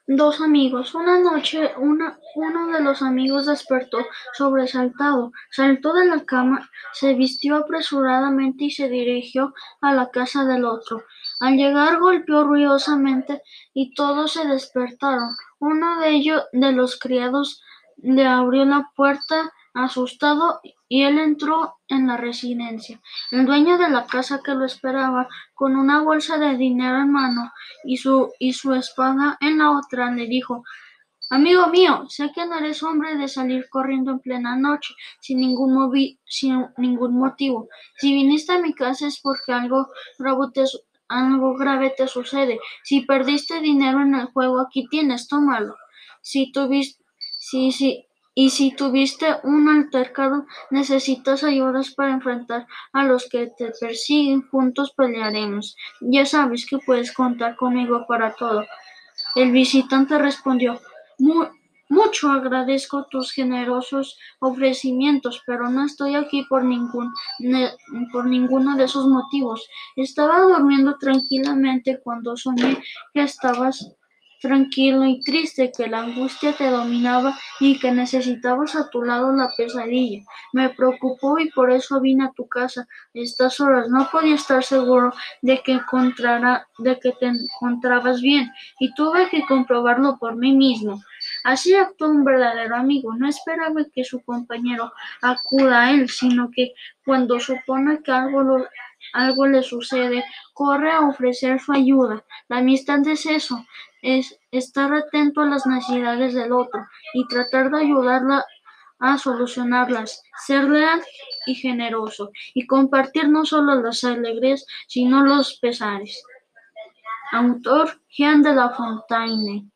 Dos amigos. Una noche, uno de los amigos despertó sobresaltado. Saltó de la cama, se vistió apresuradamente y se dirigió a la casa del otro. Al llegar golpeó ruidosamente y todos se despertaron. Uno de los criados, le abrió la puerta asustado y él entró en la residencia. El dueño de la casa que lo esperaba con una bolsa de dinero en mano y su espada en la otra, le dijo: Amigo mío, sé que no eres hombre de salir corriendo en plena noche sin ningún motivo. Si viniste a mi casa es porque algo grave te sucede. Si perdiste dinero en el juego, aquí tienes, tómalo. Si tuviste, si, y si tuviste un altercado, necesitas ayudas para enfrentar a los que te persiguen, juntos pelearemos. Ya sabes que puedes contar conmigo para todo. El visitante respondió: Mucho agradezco tus generosos ofrecimientos, pero no estoy aquí por ninguno de esos motivos. Estaba durmiendo tranquilamente cuando soñé que estabas tranquilo y triste, que la angustia te dominaba y que necesitabas a tu lado la pesadilla. Me preocupó y por eso vine a tu casa a estas horas. No podía estar seguro de que te encontrabas bien y tuve que comprobarlo por mí mismo. Así actuó un verdadero amigo. No esperaba que su compañero acuda a él, sino que cuando supone que algo le sucede, corre a ofrecer su ayuda. La amistad es eso, es estar atento a las necesidades del otro y tratar de ayudarla a solucionarlas, ser leal y generoso, y compartir no solo las alegrías, sino los pesares. Autor: Jean de La Fontaine.